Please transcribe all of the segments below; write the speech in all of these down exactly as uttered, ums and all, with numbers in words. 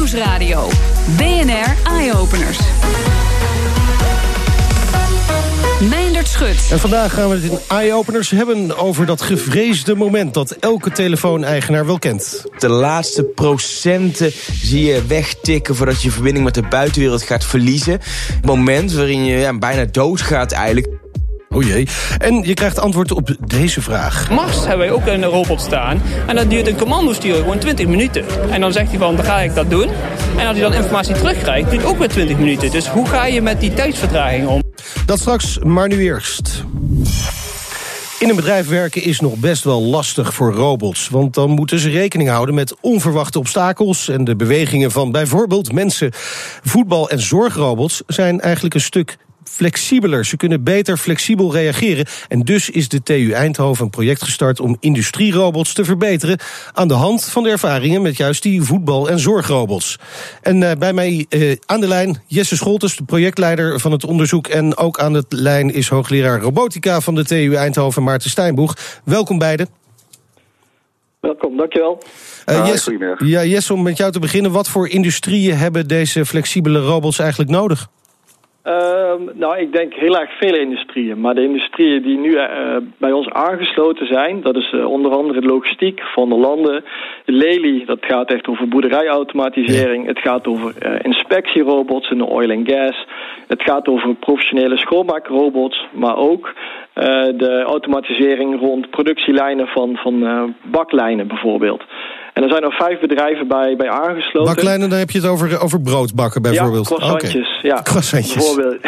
Nieuwsradio. B N R Eye-Openers. Meindert Schut. En vandaag gaan we het in Eye-Openers hebben over dat gevreesde moment dat elke telefooneigenaar wel kent. De laatste procenten zie je wegtikken voordat je verbinding met de buitenwereld gaat verliezen. Het moment waarin je ja, bijna doodgaat eigenlijk. O jee. En je krijgt antwoord op deze vraag. Mars hebben wij ook een robot staan. En dat duurt een commandostuur gewoon twintig minuten. En dan zegt hij van, dan ga ik dat doen. En als hij dan informatie terugkrijgt, duurt het ook weer twintig minuten. Dus hoe ga je met die tijdsvertraging om? Dat straks, maar nu eerst. In een bedrijf werken is nog best wel lastig voor robots. Want dan moeten ze rekening houden met onverwachte obstakels en de bewegingen van bijvoorbeeld mensen. Voetbal- en zorgrobots zijn eigenlijk een stuk flexibeler. Ze kunnen beter flexibel reageren. En dus is de T U Eindhoven een project gestart om industrierobots te verbeteren aan de hand van de ervaringen met juist die voetbal- en zorgrobots. En uh, bij mij uh, aan de lijn Jesse Scholtes, de projectleider van het onderzoek. En ook aan de lijn is hoogleraar robotica van de T U Eindhoven, Maarten Steinboeg. Welkom beiden. Welkom, dankjewel. Uh, ah, Jesse, ja, Jesse, om met jou te beginnen. Wat voor industrieën hebben deze flexibele robots eigenlijk nodig? Uh, nou, ik denk heel erg vele industrieën. Maar de industrieën die nu uh, bij ons aangesloten zijn, dat is uh, onder andere de logistiek van de landen. Lely, dat gaat echt over boerderijautomatisering. Ja. Het gaat over uh, inspectierobots in de oil en gas. Het gaat over professionele schoonmaakrobots, maar ook uh, de automatisering rond productielijnen van, van uh, baklijnen bijvoorbeeld. En er zijn er vijf bedrijven bij, bij aangesloten. Baklijnen, dan heb je het over, over broodbakken bijvoorbeeld. Ja, croissantjes. Okay. Ja, croissantjes. Bijvoorbeeld.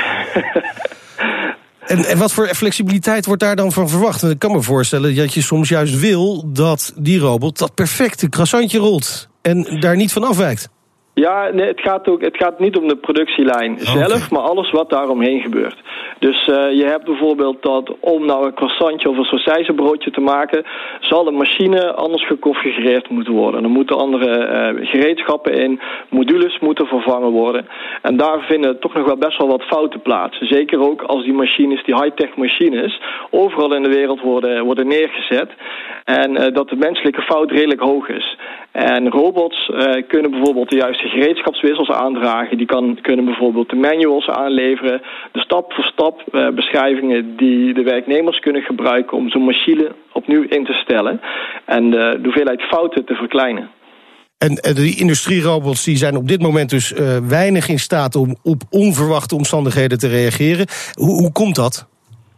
en, en wat voor flexibiliteit wordt daar dan van verwacht? En ik kan me voorstellen dat je soms juist wil dat die robot dat perfecte croissantje rolt en daar niet van afwijkt. Ja, nee, het gaat ook. Het gaat niet om de productielijn okay. zelf, maar alles wat daaromheen gebeurt. Dus uh, je hebt bijvoorbeeld dat om nou een croissantje of een sausijzenbroodje te maken, zal een machine anders geconfigureerd moeten worden. Er moeten andere uh, gereedschappen in, modules moeten vervangen worden. En daar vinden toch nog wel best wel wat fouten plaats. Zeker ook als die machines, die high-tech machines, overal in de wereld worden, worden neergezet. En uh, dat de menselijke fout redelijk hoog is. En robots uh, kunnen bijvoorbeeld de juiste gereedschapswissels aandragen. Die kan, kunnen bijvoorbeeld de manuals aanleveren. De stap-voor-stap uh, beschrijvingen die de werknemers kunnen gebruiken om zo'n machine opnieuw in te stellen. En de, de hoeveelheid fouten te verkleinen. En uh, die industrierobots die zijn op dit moment dus uh, weinig in staat om op onverwachte omstandigheden te reageren. Hoe, hoe komt dat?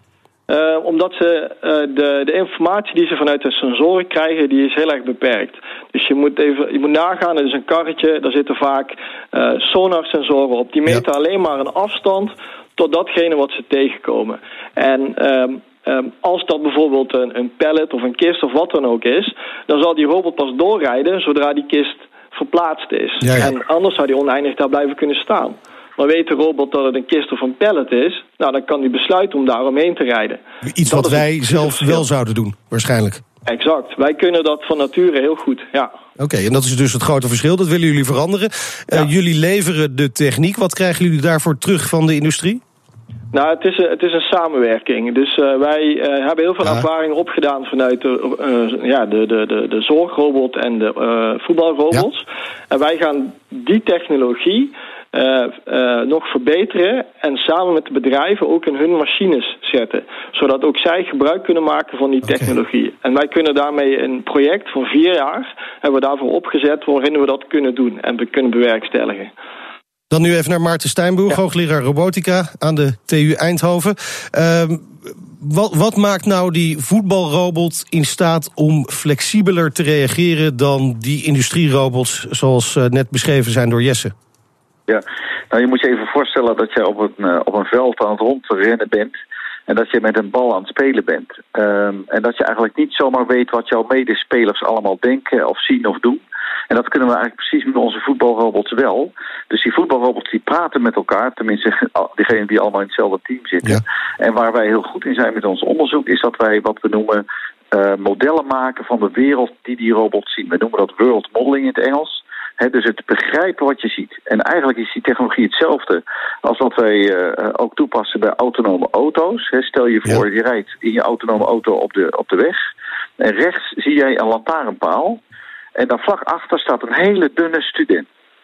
Uh, omdat ze uh, de, de informatie die ze vanuit de sensoren krijgen, die is heel erg beperkt. Dus je moet even je moet nagaan, er is een karretje, daar zitten vaak uh, sonarsensoren op. Die meten ja. alleen maar een afstand tot datgene wat ze tegenkomen. En um, um, als dat bijvoorbeeld een, een pallet of een kist of wat dan ook is, dan zal die robot pas doorrijden zodra die kist verplaatst is. Ja, ja. En anders zou die oneindig daar blijven kunnen staan. Maar weet de robot dat het een kist of een pallet is, nou, dan kan hij besluiten om daar omheen te rijden. Iets dat wat wij zelf wel zouden doen, waarschijnlijk. Exact. Wij kunnen dat van nature heel goed, ja. Oké, okay, en dat is dus het grote verschil. Dat willen jullie veranderen. Ja. Uh, jullie leveren de techniek. Wat krijgen jullie daarvoor terug van de industrie? Nou, het is een, het is een samenwerking. Dus uh, wij uh, hebben heel veel ja. ervaring opgedaan vanuit de, uh, ja, de, de, de, de zorgrobot en de uh, voetbalrobots. Ja. En wij gaan die technologie Uh, uh, nog verbeteren en samen met de bedrijven ook in hun machines zetten. Zodat ook zij gebruik kunnen maken van die technologie. Okay. En wij kunnen daarmee een project van vier jaar hebben we daarvoor opgezet waarin we dat kunnen doen en we kunnen bewerkstelligen. Dan nu even naar Maarten Steinboeg, ja. hoogleraar robotica aan de T U Eindhoven. Uh, wat, wat maakt nou die voetbalrobot in staat om flexibeler te reageren dan die industrierobots zoals uh, net beschreven zijn door Jesse? Ja, nou je moet je even voorstellen dat je op een, uh, op een veld aan het rondrennen bent en dat je met een bal aan het spelen bent. Um, en dat je eigenlijk niet zomaar weet wat jouw medespelers allemaal denken of zien of doen. En dat kunnen we eigenlijk precies met onze voetbalrobots wel. Dus die voetbalrobots die praten met elkaar, tenminste diegenen die allemaal in hetzelfde team zitten. Ja. En waar wij heel goed in zijn met ons onderzoek is dat wij wat we noemen uh, modellen maken van de wereld die die robots zien. We noemen dat world modeling in het Engels. He, dus het begrijpen wat je ziet. En eigenlijk is die technologie hetzelfde als wat wij uh, ook toepassen bij autonome auto's. He, stel je voor, ja. je rijdt in je autonome auto op de, op de weg. En rechts zie jij een lantaarnpaal. En daar vlak achter staat een hele dunne student.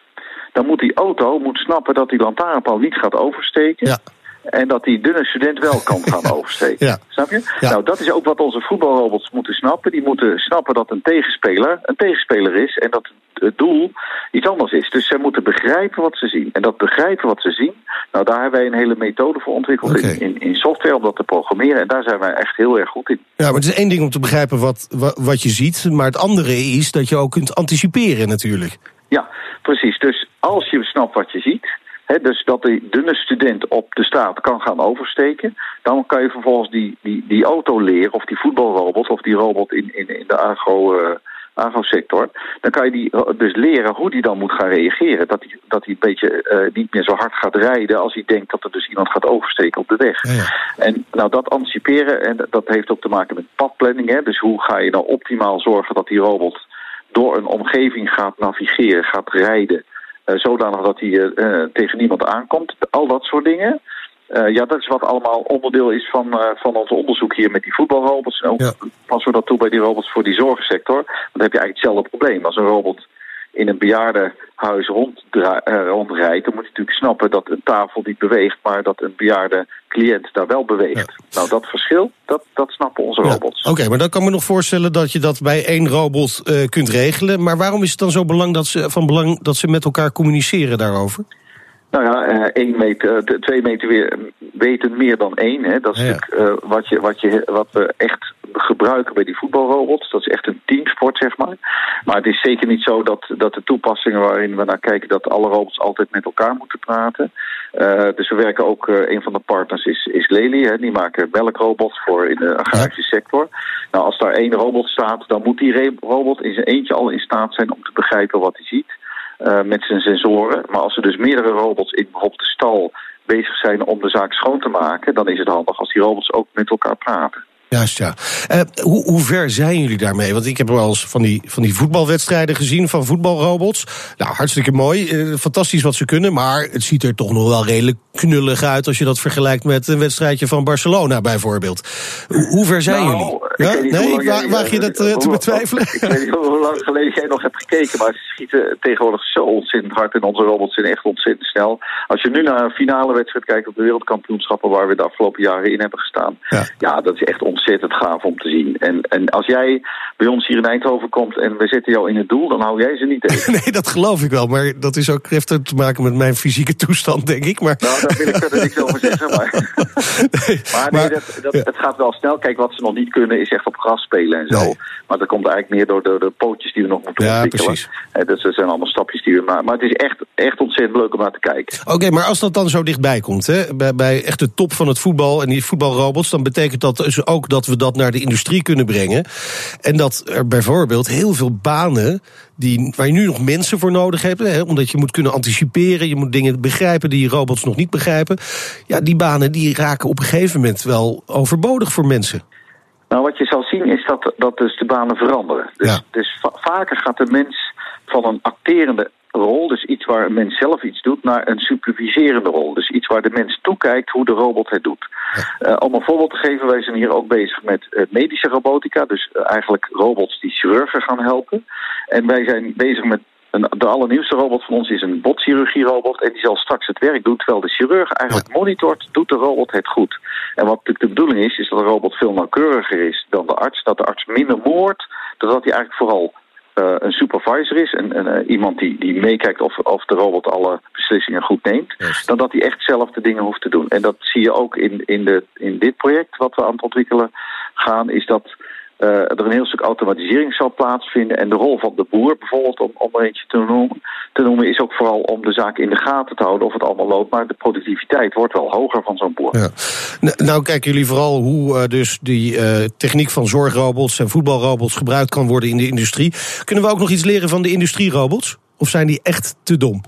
dan moet die auto moet snappen dat die lantaarnpaal niet gaat oversteken. Ja. En dat die dunne student wel kan gaan oversteken. Ja. Snap je? Ja. Nou, dat is ook wat onze voetbalrobots moeten snappen. Die moeten snappen dat een tegenspeler een tegenspeler is en dat het doel iets anders is. Dus zij moeten begrijpen wat ze zien. En dat begrijpen wat ze zien, nou, daar hebben wij een hele methode voor ontwikkeld okay. in, in, in software om dat te programmeren. En daar zijn wij echt heel erg goed in. Ja, maar het is één ding om te begrijpen wat, wat, wat je ziet, maar het andere is dat je ook kunt anticiperen natuurlijk. Ja, precies. Dus als je snapt wat je ziet, He, dus dat de dunne student op de straat kan gaan oversteken, dan kan je vervolgens die, die, die auto leren, of die voetbalrobot, of die robot in, in, in de agro, uh, agrosector. Dan kan je die dus leren hoe die dan moet gaan reageren. Dat hij dat die een beetje uh, niet meer zo hard gaat rijden als hij denkt dat er dus iemand gaat oversteken op de weg. Ja, ja. En nou, dat anticiperen, en dat heeft ook te maken met padplanning. Hè? Dus hoe ga je nou optimaal zorgen dat die robot door een omgeving gaat navigeren, gaat rijden, Uh, zodanig dat hij uh, tegen niemand aankomt. Al dat soort dingen. Uh, ja, dat is wat allemaal onderdeel is van, uh, van ons onderzoek hier met die voetbalrobots. En ook ja. passen we dat toe bij die robots voor die zorgsector. Want dan heb je eigenlijk hetzelfde probleem. Als een robot in een bejaardenhuis ronddra- uh, rondrijdt, dan moet je natuurlijk snappen dat een tafel niet beweegt, maar dat een bejaarde cliënt daar wel beweegt. Ja. Nou, dat verschil, dat, dat snappen onze ja. robots. Oké, okay, maar dan kan ik me nog voorstellen dat je dat bij één robot uh, kunt regelen. Maar waarom is het dan zo belang dat ze, van belang dat ze met elkaar communiceren daarover? Nou ja, uh, één meter, uh, twee meter weer, weten meer dan één. Hè. Dat is ja. natuurlijk uh, wat, je, wat, je, wat we echt gebruiken bij die voetbalrobots. Dat is echt een teamsport, zeg maar. Maar het is zeker niet zo dat, dat de toepassingen waarin we naar kijken, dat alle robots altijd met elkaar moeten praten. Uh, dus we werken ook, uh, een van de partners is, is Lely. Hè. Die maken melkrobots voor in de agrarische sector. Nou, als daar één robot staat, dan moet die re- robot in zijn eentje al in staat zijn om te begrijpen wat hij ziet. Uh, met zijn sensoren. Maar als er dus meerdere robots in bijvoorbeeld de stal bezig zijn om de zaak schoon te maken, dan is het handig als die robots ook met elkaar praten. Juist, ja. Uh, hoe, hoe ver zijn jullie daarmee? Want ik heb wel eens van die, van die voetbalwedstrijden gezien van voetbalrobots. Nou, hartstikke mooi. Uh, fantastisch wat ze kunnen. Maar het ziet er toch nog wel redelijk knullig uit als je dat vergelijkt met een wedstrijdje van Barcelona bijvoorbeeld. Hoe, hoe ver zijn nou, jullie? Ja? Nee, waag, waag je dat uh, te betwijfelen? Ik weet niet hoe lang geleden jij nog hebt gekeken, maar ze schieten tegenwoordig zo ontzettend hard en onze robots zijn echt ontzettend snel. Als je nu naar een finale wedstrijd kijkt op de wereldkampioenschappen waar we de afgelopen jaren in hebben gestaan, ja, ja dat is echt ontzettend gaaf om te zien. En, en als jij bij ons hier in Eindhoven komt en we zetten jou in het doel, dan hou jij ze niet tegen. Nee, dat geloof ik wel, maar dat is ook, heeft ook te maken met mijn fysieke toestand, denk ik. Maar... Nou, daar wil ik verder niks over zeggen, maar... nee, maar nee, maar, dat, dat, ja. het gaat wel snel. Kijk, wat ze nog niet kunnen is echt op gras spelen en zo. Nee. Maar dat komt eigenlijk meer door de, de pootjes die we nog moeten ja, ontwikkelen. Precies. He, dus dat zijn allemaal stapjes die we maken. Maar het is echt, echt ontzettend leuk om naar te kijken. Oké, okay, maar als dat dan zo dichtbij komt, hè, bij, bij echt de top van het voetbal en die voetbalrobots, dan betekent dat dus ook dat we dat naar de industrie kunnen brengen. En dat er bijvoorbeeld heel veel banen die, waar je nu nog mensen voor nodig hebt, hè, omdat je moet kunnen anticiperen, je moet dingen begrijpen die robots nog niet begrijpen. Ja, die banen die raken op een gegeven moment wel overbodig voor mensen. Nou, wat je zal zien is dat, dat dus de banen veranderen. Dus, ja. dus va- vaker gaat de mens van een acterende rol, dus iets waar een mens zelf iets doet, naar een superviserende rol. Dus iets waar de mens toekijkt hoe de robot het doet. Ja. Uh, om een voorbeeld te geven, wij zijn hier ook bezig met uh, medische robotica. Dus uh, eigenlijk robots die chirurgen gaan helpen. En wij zijn bezig met een, de allernieuwste robot van ons is een botchirurgierobot. En die zal straks het werk doen, terwijl de chirurg eigenlijk monitort, doet de robot het goed. En wat natuurlijk de bedoeling is, is dat de robot veel nauwkeuriger is dan de arts. Dat de arts minder moe wordt, doordat hij eigenlijk vooral Uh, een supervisor is, en, en uh, iemand die, die meekijkt of, of de robot alle beslissingen goed neemt, yes. dan dat hij echt zelf de dingen hoeft te doen. En dat zie je ook in, in, de, in dit project wat we aan het ontwikkelen gaan, is dat uh, er een heel stuk automatisering zal plaatsvinden. En de rol van de boer bijvoorbeeld, om, om er eentje te noemen, te noemen, is ook vooral om de zaak in de gaten te houden of het allemaal loopt. Maar de productiviteit wordt wel hoger van zo'n boer. Ja. Nou kijken jullie vooral hoe uh, dus die uh, techniek van zorgrobots en voetbalrobots gebruikt kan worden in de industrie. Kunnen we ook nog iets leren van de industrierobots? Of zijn die echt te dom?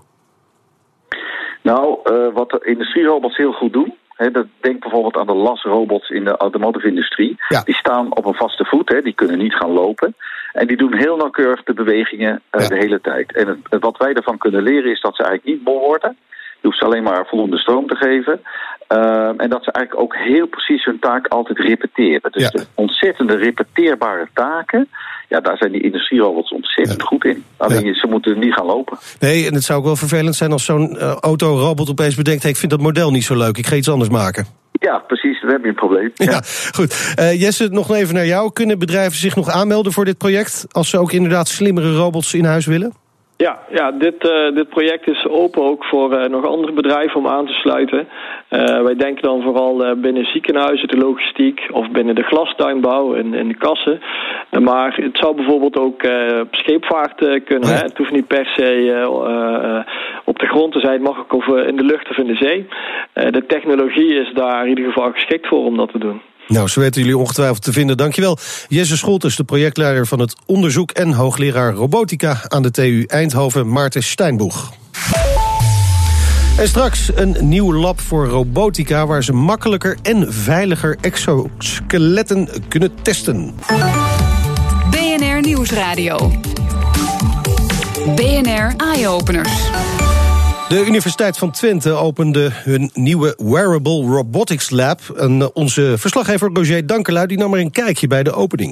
Nou, uh, wat de industrierobots heel goed doen, He, dat, denk bijvoorbeeld aan de lasrobots in de automotive-industrie. Ja. Die staan op een vaste voet, he, die kunnen niet gaan lopen. En die doen heel nauwkeurig de bewegingen uh, ja. de hele tijd. En het, wat wij daarvan kunnen leren is dat ze eigenlijk niet moe worden. Je hoeft ze alleen maar voldoende stroom te geven. Uh, en dat ze eigenlijk ook heel precies hun taak altijd repeteren. Dus ja. de ontzettende repeteerbare taken, ja, daar zijn die industrierobots ontzettend ja. goed in. Alleen ja. ze moeten niet gaan lopen. Nee, en het zou ook wel vervelend zijn als zo'n uh, autorobot opeens bedenkt, hey, ik vind dat model niet zo leuk, ik ga iets anders maken. Ja, precies, dan heb je een probleem. Ja, ja goed. Uh, Jesse, nog even naar jou. Kunnen bedrijven zich nog aanmelden voor dit project, als ze ook inderdaad slimmere robots in huis willen? Ja, ja dit, uh, dit project is open ook voor uh, nog andere bedrijven om aan te sluiten. Uh, wij denken dan vooral uh, binnen ziekenhuizen, de logistiek of binnen de glastuinbouw en in de kassen. Uh, maar het zou bijvoorbeeld ook uh, op scheepvaart uh, kunnen. Ja. Hè? Het hoeft niet per se uh, uh, op de grond te zijn, het mag ook over in de lucht of in de zee. Uh, de technologie is daar in ieder geval geschikt voor om dat te doen. Nou, zo weten jullie ongetwijfeld te vinden. Dankjewel. Jesse Scholtes, de projectleider van het onderzoek en hoogleraar robotica aan de T U Eindhoven, Maarten Steinboeg. En straks een nieuw lab voor robotica waar ze makkelijker en veiliger exoskeletten kunnen testen. B N R Nieuwsradio. B N R Eye-openers. De Universiteit van Twente opende hun nieuwe Wearable Robotics Lab. En onze verslaggever Roger Dankelui die nam er een kijkje bij de opening.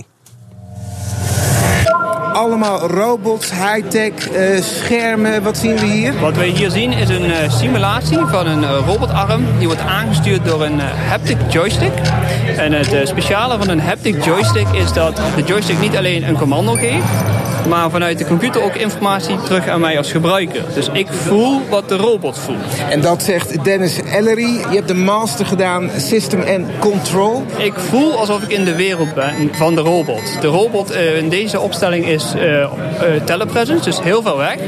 Allemaal robots, high-tech, uh, schermen. Wat zien we hier? Wat wij hier zien is een uh, simulatie van een uh, robotarm. Die wordt aangestuurd door een uh, haptic joystick. En het uh, speciale van een haptic joystick is dat de joystick niet alleen een commando geeft, maar vanuit de computer ook informatie terug aan mij als gebruiker. Dus ik voel wat de robot voelt. En dat zegt Dennis Ellery. Je hebt de master gedaan, System and Control. Ik voel alsof ik in de wereld ben van de robot. De robot uh, in deze opstelling is uh, uh, telepresence, dus heel ver weg.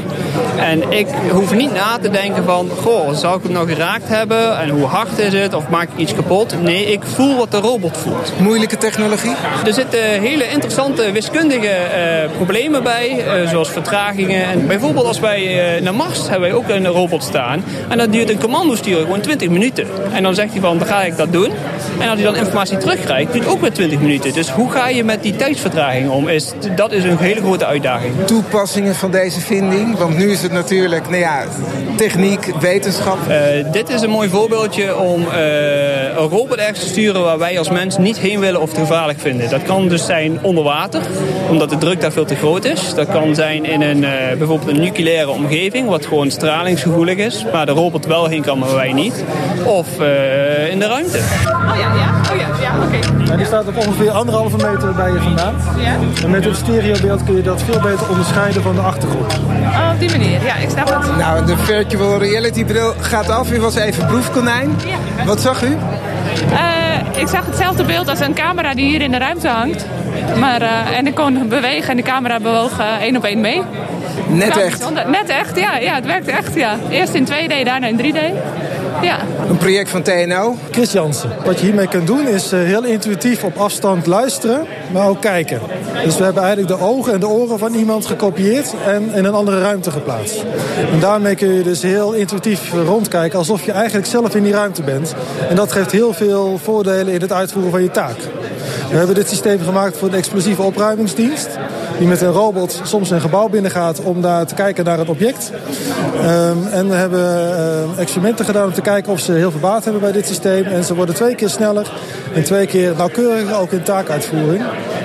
En ik hoef niet na te denken van, goh, zou ik hem nou geraakt hebben? En hoe hard is het? Of maak ik iets kapot? Nee, ik voel wat de robot voelt. Moeilijke technologie? Er zitten hele interessante wiskundige uh, problemen bij. Bij, uh, zoals vertragingen. En bijvoorbeeld als wij uh, naar Mars hebben wij ook een robot staan. En dat duurt een commandostuur gewoon twintig minuten. En dan zegt hij van, dan ga ik dat doen. En als hij dan informatie terugkrijgt, duurt ook weer twintig minuten. Dus hoe ga je met die tijdsvertraging om? Is, dat is een hele grote uitdaging. Toepassingen van deze vinding? Want nu is het natuurlijk, nou ja, techniek, wetenschap. Uh, dit is een mooi voorbeeldje om uh, een robot ergens te sturen waar wij als mens niet heen willen of te gevaarlijk vinden. Dat kan dus zijn onder water, omdat de druk daar veel te groot is. Dat kan zijn in een, uh, bijvoorbeeld een nucleaire omgeving, wat gewoon stralingsgevoelig is, waar de robot wel heen kan, maar wij niet. Of uh, in de ruimte. Oh ja, ja, oh ja, ja oké. Okay. Ja, die staat op ongeveer anderhalve meter bij je vandaan. Ja. En met het stereobeeld kun je dat veel beter onderscheiden van de achtergrond. Oh, op die manier. Ja, ik snap het. Nou, de virtual reality bril gaat af. U was even proefkonijn. Ja. Wat zag u? Uh, ik zag hetzelfde beeld als een camera die hier in de ruimte hangt. Maar, uh, en ik kon bewegen en de camera bewoog uh, één op één mee. Net echt? Net echt, ja, ja. Het werkte echt, ja. Eerst in twee D, daarna in drie D. Ja. Een project van T N O. Chris Jansen. Wat je hiermee kunt doen is uh, heel intuïtief op afstand luisteren, maar ook kijken. Dus we hebben eigenlijk de ogen en de oren van iemand gekopieerd en in een andere ruimte geplaatst. En daarmee kun je dus heel intuïtief rondkijken, alsof je eigenlijk zelf in die ruimte bent. En dat geeft heel veel voordelen in het uitvoeren van je taak. We hebben dit systeem gemaakt voor de explosieve opruimingsdienst, die met een robot soms een gebouw binnengaat om daar te kijken naar het object. Um, en we hebben uh, experimenten gedaan om te kijken of ze heel veel baat hebben bij dit systeem. En ze worden twee keer sneller en twee keer nauwkeuriger, ook in taakuitvoering.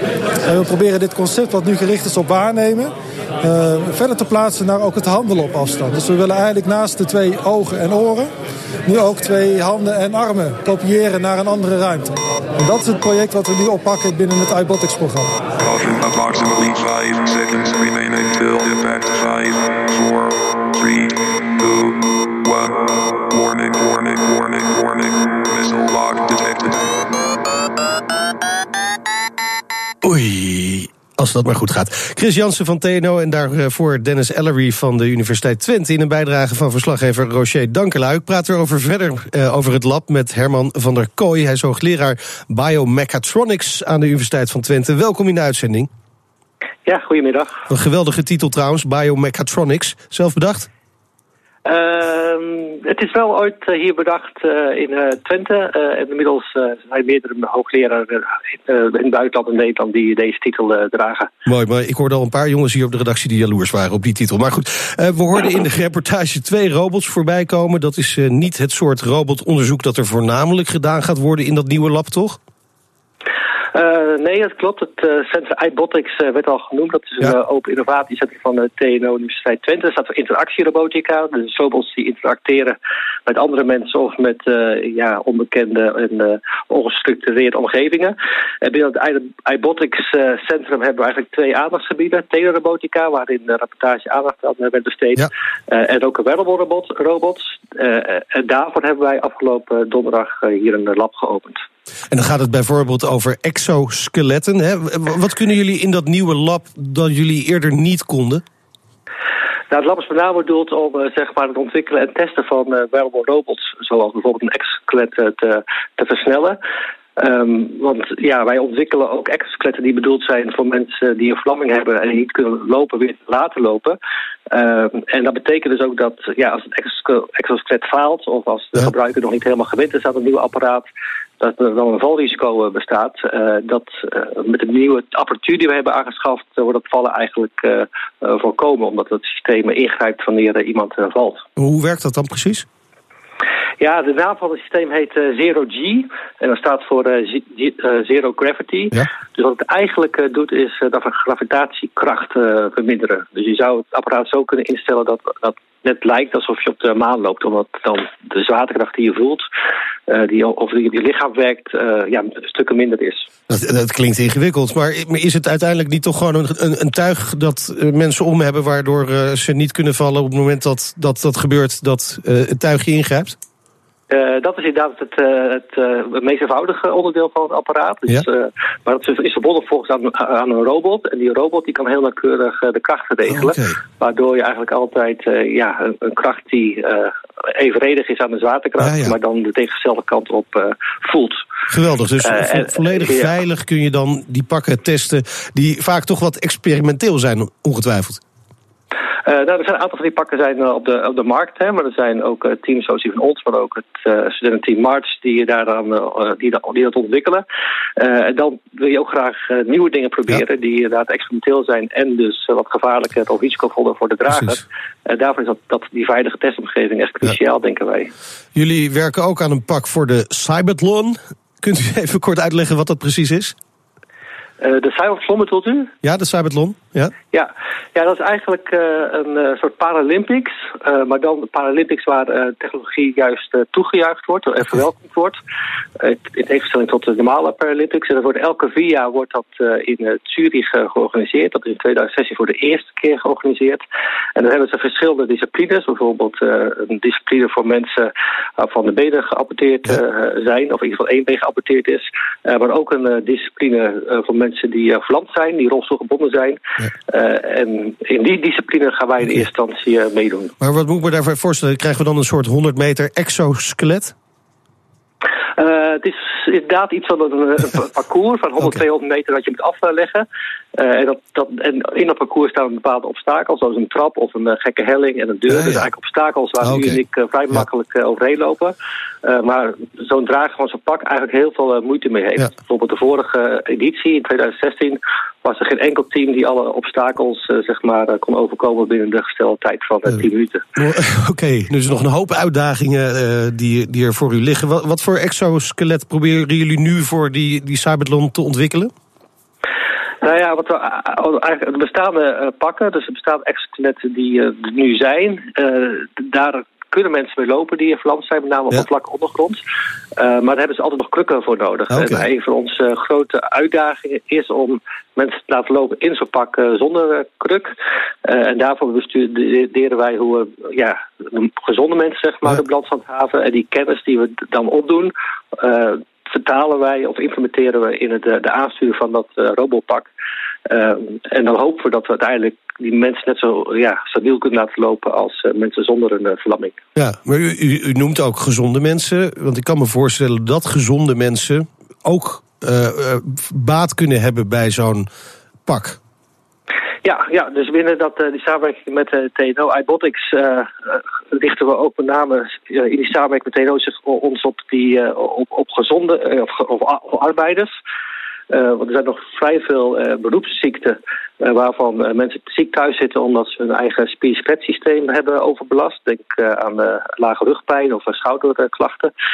En we proberen dit concept, wat nu gericht is op waarnemen, uh, verder te plaatsen naar ook het handelen op afstand. Dus we willen eigenlijk naast de twee ogen en oren nu ook twee handen en armen kopiëren naar een andere ruimte. En dat is het project wat we nu oppakken binnen het iBotics-programma. Approximately five seconds remain until impact. five, four, three, two, one. Warning, warning, warning, warning. Missile lock detected. Oei. Als dat maar goed gaat. Chris Jansen van T N O en daarvoor Dennis Ellery van de Universiteit Twente in een bijdrage van verslaggever Roger Dankelui. Ik praat erover verder uh, over het lab met Herman van der Kooi. Hij is hoogleraar Biomechatronics aan de Universiteit van Twente. Welkom in de uitzending. Ja, goedemiddag. Een geweldige titel trouwens, Biomechatronics. Zelf bedacht? Uh, het is wel ooit uh, hier bedacht uh, in uh, Twente. Uh, en inmiddels uh, zijn meerdere hoogleraren uh, in het buitenland en Nederland die deze titel uh, dragen. Mooi, maar ik hoorde al een paar jongens hier op de redactie die jaloers waren op die titel. Maar goed, uh, we hoorden in de reportage twee robots voorbij komen. Dat is uh, niet het soort robotonderzoek dat er voornamelijk gedaan gaat worden in dat nieuwe lab, toch? Uh, nee, dat klopt. Het uh, centrum iBotics uh, werd al genoemd. Dat is een ja. uh, open innovatiecentrum van de T N O Universiteit Twente. Er staat voor interactierobotica. Dus robots die interacteren met andere mensen of met uh, ja, onbekende en uh, ongestructureerde omgevingen. En binnen het iBotics uh, centrum hebben we eigenlijk twee aandachtsgebieden. Telerobotica, waarin de rapportage aandacht aan werd besteed. Ja. Uh, en ook wearable robot, robots. Uh, en daarvoor hebben wij afgelopen donderdag uh, hier een lab geopend. En dan gaat het bijvoorbeeld over exoskeletten. Hè? Wat kunnen jullie in dat nieuwe lab dat jullie eerder niet konden? Nou, het lab is met name bedoeld om uh, zeg maar, het ontwikkelen en testen van uh, wearable robots, zoals bijvoorbeeld een exoskelet uh, te, te versnellen. Um, want ja, wij ontwikkelen ook exoskeletten die bedoeld zijn voor mensen die een verlamming hebben en die niet kunnen lopen, weer laten lopen. Um, en dat betekent dus ook dat ja, als het exoskelet faalt of als de ja. gebruiker nog niet helemaal gewend is aan een nieuw apparaat, dat er dan een valrisico bestaat. Uh, dat uh, met de nieuwe apparatuur die we hebben aangeschaft, uh, wordt dat vallen eigenlijk uh, uh, voorkomen, omdat het systeem ingrijpt wanneer uh, iemand uh, valt. Hoe werkt dat dan precies? Ja, de naam van het systeem heet uh, Zero G. En dat staat voor uh, z- uh, Zero Gravity. Ja. Dus wat het eigenlijk uh, doet is uh, dat we gravitatiekracht uh, verminderen. Dus je zou het apparaat zo kunnen instellen dat dat net lijkt alsof je op de maan loopt. Omdat dan de zwaartekracht die je voelt, uh, die, of die, die lichaam werkt, uh, ja, stukken minder is. Dat, dat klinkt ingewikkeld, maar is het uiteindelijk niet toch gewoon een, een, een tuig dat uh, mensen om hebben, waardoor uh, ze niet kunnen vallen op het moment dat dat, dat gebeurt, dat uh, het tuigje ingrijpt? Uh, dat is inderdaad het, uh, het, uh, het meest eenvoudige onderdeel van het apparaat. Dus, ja. uh, maar het is verbonden volgens aan, aan een robot. En die robot die kan heel nauwkeurig uh, de krachten regelen. Okay. Waardoor je eigenlijk altijd uh, ja, een, een kracht die uh, evenredig is aan de zwaartekracht, ja, ja. maar dan de tegengestelde kant op uh, voelt. Geweldig, dus uh, vo- volledig uh, veilig kun je dan die pakken testen die vaak toch wat experimenteel zijn, ongetwijfeld. Uh, nou, er zijn een aantal van die pakken zijn uh, op, de, op de markt, hè, maar er zijn ook uh, teams zoals die van ons, maar ook het uh, studententeam March die, daar dan, uh, die, dat, die dat ontwikkelen. Uh, en dan wil je ook graag uh, nieuwe dingen proberen ja. die inderdaad experimenteel zijn en dus uh, wat gevaarlijker of risicovoller voor de drager. Uh, daarvoor is dat, dat die veilige testomgeving echt cruciaal, ja. denken wij. Jullie werken ook aan een pak voor de Cybathlon. Kunt u even kort uitleggen wat dat precies is? Uh, de Cybathlon bedoelt u? Ja, de Cybathlon, ja. Ja, ja dat is eigenlijk uh, een uh, soort Paralympics. Uh, maar dan de Paralympics waar uh, technologie juist uh, toegejuicht wordt en verwelkomd wordt. Uh, in tegenstelling tot de normale Paralympics. En dat wordt elke vier jaar wordt dat uh, in uh, Zurich uh, georganiseerd. Dat is in tweeduizend zestien voor de eerste keer georganiseerd. En dan hebben ze verschillende disciplines. Bijvoorbeeld uh, een discipline voor mensen waarvan de benen geamputeerd uh, zijn. Of in ieder geval één been geamputeerd is. Uh, maar ook een uh, discipline uh, voor mensen die uh, verlamd zijn, die rolstoelgebonden zijn. Ja. Uh, en in die discipline gaan wij in okay. eerste instantie uh, meedoen. Maar wat moet ik me daarvoor voorstellen? Krijgen we dan een soort honderd meter exoskelet? Uh, het is inderdaad iets van een, een parcours van honderd, okay. tweehonderd meter dat je moet afleggen. Uh, en, dat, dat, en in dat parcours staan bepaalde obstakels, zoals een trap of een uh, gekke helling en een deur. Ja, ja. Dus eigenlijk obstakels waar okay. u en ik uh, vrij ja. makkelijk uh, overheen lopen. Uh, maar zo'n drager van zo'n pak eigenlijk heel veel uh, moeite mee heeft. Ja. Bijvoorbeeld de vorige editie in tweeduizend zestien was er geen enkel team die alle obstakels uh, zeg maar, uh, kon overkomen binnen de gestelde tijd van uh, tien minuten. Oké, okay. Dus nog een hoop uitdagingen uh, die, die er voor u liggen. Wat, wat voor exoskelet proberen jullie nu voor die, die Cybathlon te ontwikkelen? Nou ja, wat we eigenlijk de bestaande uh, pakken, dus de bestaande exoskeletten die uh, er nu zijn, uh, daar kunnen mensen mee lopen die verlamd zijn, met name op ja. een vlakke ondergrond. Uh, maar daar hebben ze altijd nog krukken voor nodig. Okay. En een van onze uh, grote uitdagingen is om mensen te laten lopen in zo'n pak uh, zonder uh, kruk. Uh, en daarvoor bestuderen wij hoe we ja, gezonde mensen zeg maar, ja. de balans handhaven. En die kennis die we dan opdoen, uh, vertalen wij of implementeren we in het, de aansturing van dat uh, robotpak. Uh, en dan hopen we dat we uiteindelijk die mensen net zo ja, stabiel kunnen laten lopen als uh, mensen zonder een uh, verlamming. Ja, maar u, u, u noemt ook gezonde mensen. Want ik kan me voorstellen dat gezonde mensen ook uh, uh, baat kunnen hebben bij zo'n pak. Ja, ja, dus binnen dat, uh, die samenwerking met uh, T N O iBotics uh, uh, richten we ook met name uh, in die samenwerking met T N O zich ons op, die, uh, op, op gezonde uh, of, of, of arbeiders. Uh, want er zijn nog vrij veel uh, beroepsziekten uh, waarvan uh, mensen ziek thuis zitten omdat ze hun eigen spier-spretsysteem hebben overbelast. Denk uh, aan uh, lage rugpijn of uh, schouderklachten.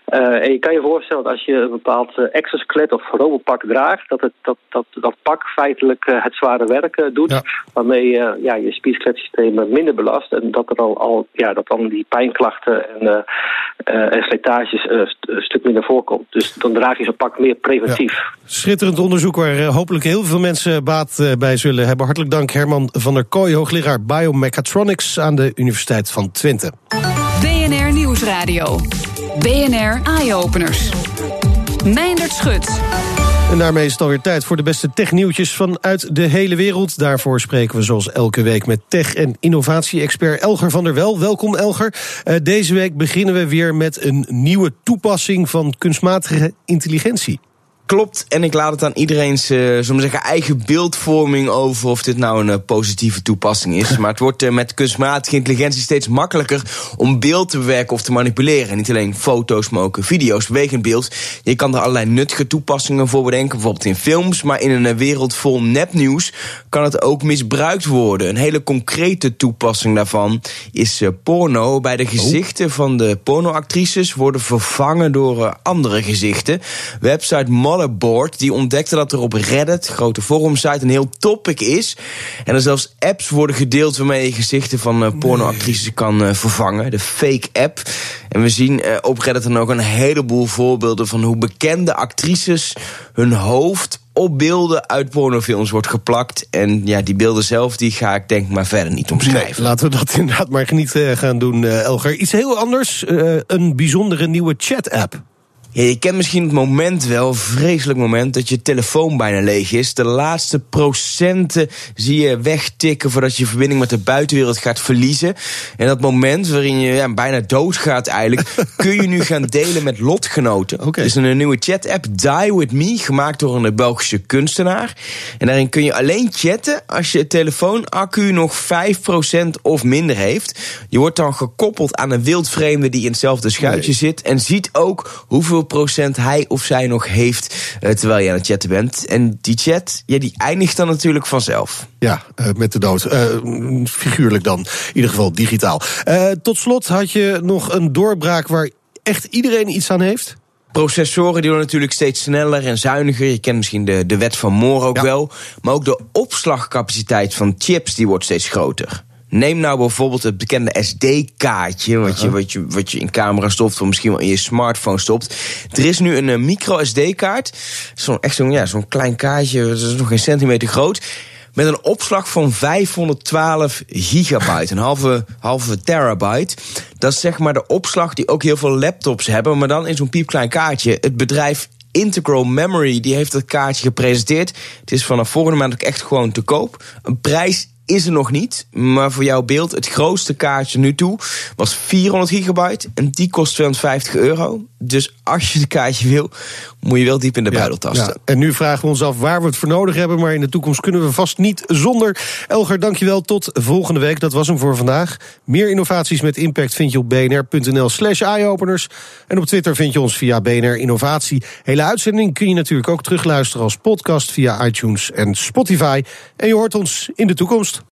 Uh, en je kan je voorstellen dat als je een bepaald uh, exoskelet of robotpak draagt, dat het, dat, dat, dat pak feitelijk uh, het zware werk uh, doet, ja. waarmee uh, ja, je spierskletsysteem minder belast en dat er al, al ja, dat dan die pijnklachten en, uh, uh, en slijtages uh, st- een stuk minder voorkomt. Dus dan draag je zo'n pak meer preventief. Ja. Schitterend onderzoek waar uh, hopelijk heel veel mensen baat uh, bij zullen hebben. Hartelijk dank Herman van der Kooi, hoogleraar Biomechatronics aan de Universiteit van Twente. B N R Nieuwsradio. B N R Eye-openers. Meindert Schut. En daarmee is het alweer tijd voor de beste technieuwtjes vanuit de hele wereld. Daarvoor spreken we zoals elke week met tech- en innovatie-expert Elger van der Wel. Welkom Elger. Uh, deze week beginnen we weer met een nieuwe toepassing van kunstmatige intelligentie. Klopt, en ik laat het aan iedereen's uh, zullen we zeggen, eigen beeldvorming over of dit nou een uh, positieve toepassing is. Maar het wordt uh, met kunstmatige intelligentie steeds makkelijker om beeld te bewerken of te manipuleren. En niet alleen foto's, maar ook video's, bewegend beeld. Je kan er allerlei nuttige toepassingen voor bedenken, bijvoorbeeld in films. Maar in een uh, wereld vol nepnieuws kan het ook misbruikt worden. Een hele concrete toepassing daarvan is uh, porno. Bij de gezichten oh. van de pornoactrices worden vervangen door uh, andere gezichten. Website Molly Board, die ontdekte dat er op Reddit, grote forumsite, een heel topic is. En er zelfs apps worden gedeeld waarmee je gezichten van uh, pornoactrices nee. kan uh, vervangen. De fake app. En we zien uh, op Reddit dan ook een heleboel voorbeelden van hoe bekende actrices hun hoofd op beelden uit pornofilms wordt geplakt. En ja, die beelden zelf, die ga ik denk maar verder niet omschrijven. Nee, laten we dat inderdaad maar niet uh, gaan doen, uh, Elger. Iets heel anders, uh, een bijzondere nieuwe chat-app. Ja, je kent misschien het moment wel, een vreselijk moment, dat je telefoon bijna leeg is. De laatste procenten zie je wegtikken voordat je verbinding met de buitenwereld gaat verliezen. En dat moment waarin je ja, bijna doodgaat eigenlijk, kun je nu gaan delen met lotgenoten. Okay. Het is een nieuwe chat-app, Die With Me, gemaakt door een Belgische kunstenaar. En daarin kun je alleen chatten als je telefoonaccu nog vijf procent of minder heeft. Je wordt dan gekoppeld aan een wildvreemde die in hetzelfde schuitje nee. zit en ziet ook hoeveel procent hij of zij nog heeft uh, terwijl je aan het chatten bent. En die chat, ja, die eindigt dan natuurlijk vanzelf. Ja, uh, met de dood. Uh, figuurlijk dan. In ieder geval digitaal. Uh, tot slot had je nog een doorbraak waar echt iedereen iets aan heeft? Processoren die worden natuurlijk steeds sneller en zuiniger. Je kent misschien de, de wet van Moore ook ja. wel. Maar ook de opslagcapaciteit van chips die wordt steeds groter. Neem nou bijvoorbeeld het bekende S D-kaartje... Wat je, wat, je, wat je in camera stopt of misschien wel in je smartphone stopt. Er is nu een uh, micro S D-kaart. Zo'n, echt zo'n, ja, zo'n klein kaartje, dat is nog geen centimeter groot... met een opslag van vijfhonderdtwaalf gigabyte, een halve, halve terabyte. Dat is zeg maar de opslag die ook heel veel laptops hebben... maar dan in zo'n piepklein kaartje. Het bedrijf Integral Memory die heeft dat kaartje gepresenteerd. Het is vanaf volgende maand ook echt gewoon te koop. Een prijs is er nog niet, maar voor jouw beeld, het grootste kaartje nu toe was vierhonderd gigabyte en die kost tweehonderdvijftig euro. Dus als je het kaartje wil, moet je wel diep in de buidel tasten. Ja, en nu vragen we ons af waar we het voor nodig hebben, maar in de toekomst kunnen we vast niet zonder. Elger, dankjewel, tot volgende week. Dat was hem voor vandaag. Meer innovaties met impact vind je op bnr.nl slash eyeopeners. En op Twitter vind je ons via B N R Innovatie. Hele uitzending kun je natuurlijk ook terugluisteren als podcast via iTunes en Spotify. En je hoort ons in de toekomst.